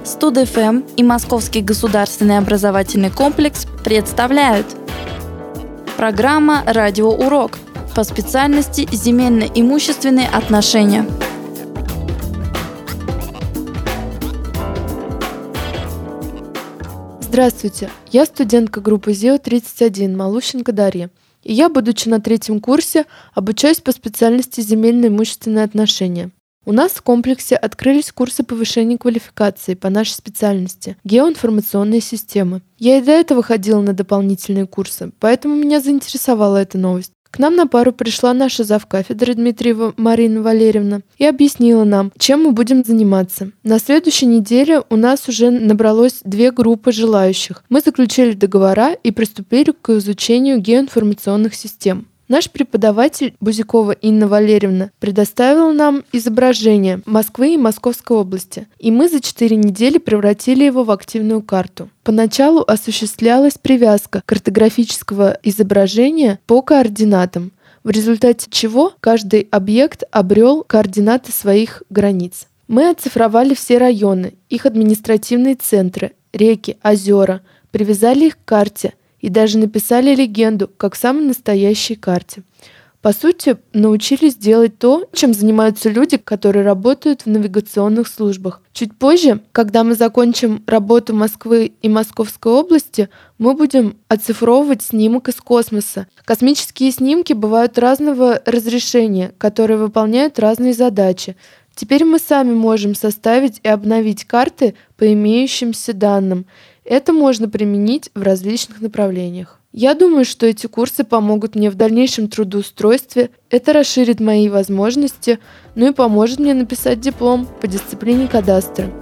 Студ.ФМ и Московский государственный образовательный комплекс представляют программа «Радиоурок» по специальности «Земельно-имущественные отношения». Здравствуйте, я студентка группы ЗИО-31 Малущенко Дарья. И я, будучи на 3-м курсе, обучаюсь по специальности «Земельно-имущественные отношения». У нас в комплексе открылись курсы повышения квалификации по нашей специальности – геоинформационные системы. Я и до этого ходила на дополнительные курсы, поэтому меня заинтересовала эта новость. К нам на пару пришла наша завкафедры Дмитриева Марина Валерьевна и объяснила нам, чем мы будем заниматься. На следующей неделе у нас уже набралось 2 группы желающих. Мы заключили договора и приступили к изучению геоинформационных систем. Наш преподаватель Бузякова Инна Валерьевна предоставила нам изображение Москвы и Московской области, и мы за 4 недели превратили его в активную карту. Поначалу осуществлялась привязка картографического изображения по координатам, в результате чего каждый объект обрел координаты своих границ. Мы оцифровали все районы, их административные центры, реки, озера, привязали их к карте и даже написали легенду, как в самой настоящей карте. По сути, научились делать то, чем занимаются люди, которые работают в навигационных службах. Чуть позже, когда мы закончим работу Москвы и Московской области, мы будем оцифровывать снимок из космоса. Космические снимки бывают разного разрешения, которые выполняют разные задачи. Теперь мы сами можем составить и обновить карты по имеющимся данным. Это можно применить в различных направлениях. Я думаю, что эти курсы помогут мне в дальнейшем трудоустройстве, это расширит мои возможности, ну и поможет мне написать диплом по дисциплине кадастра.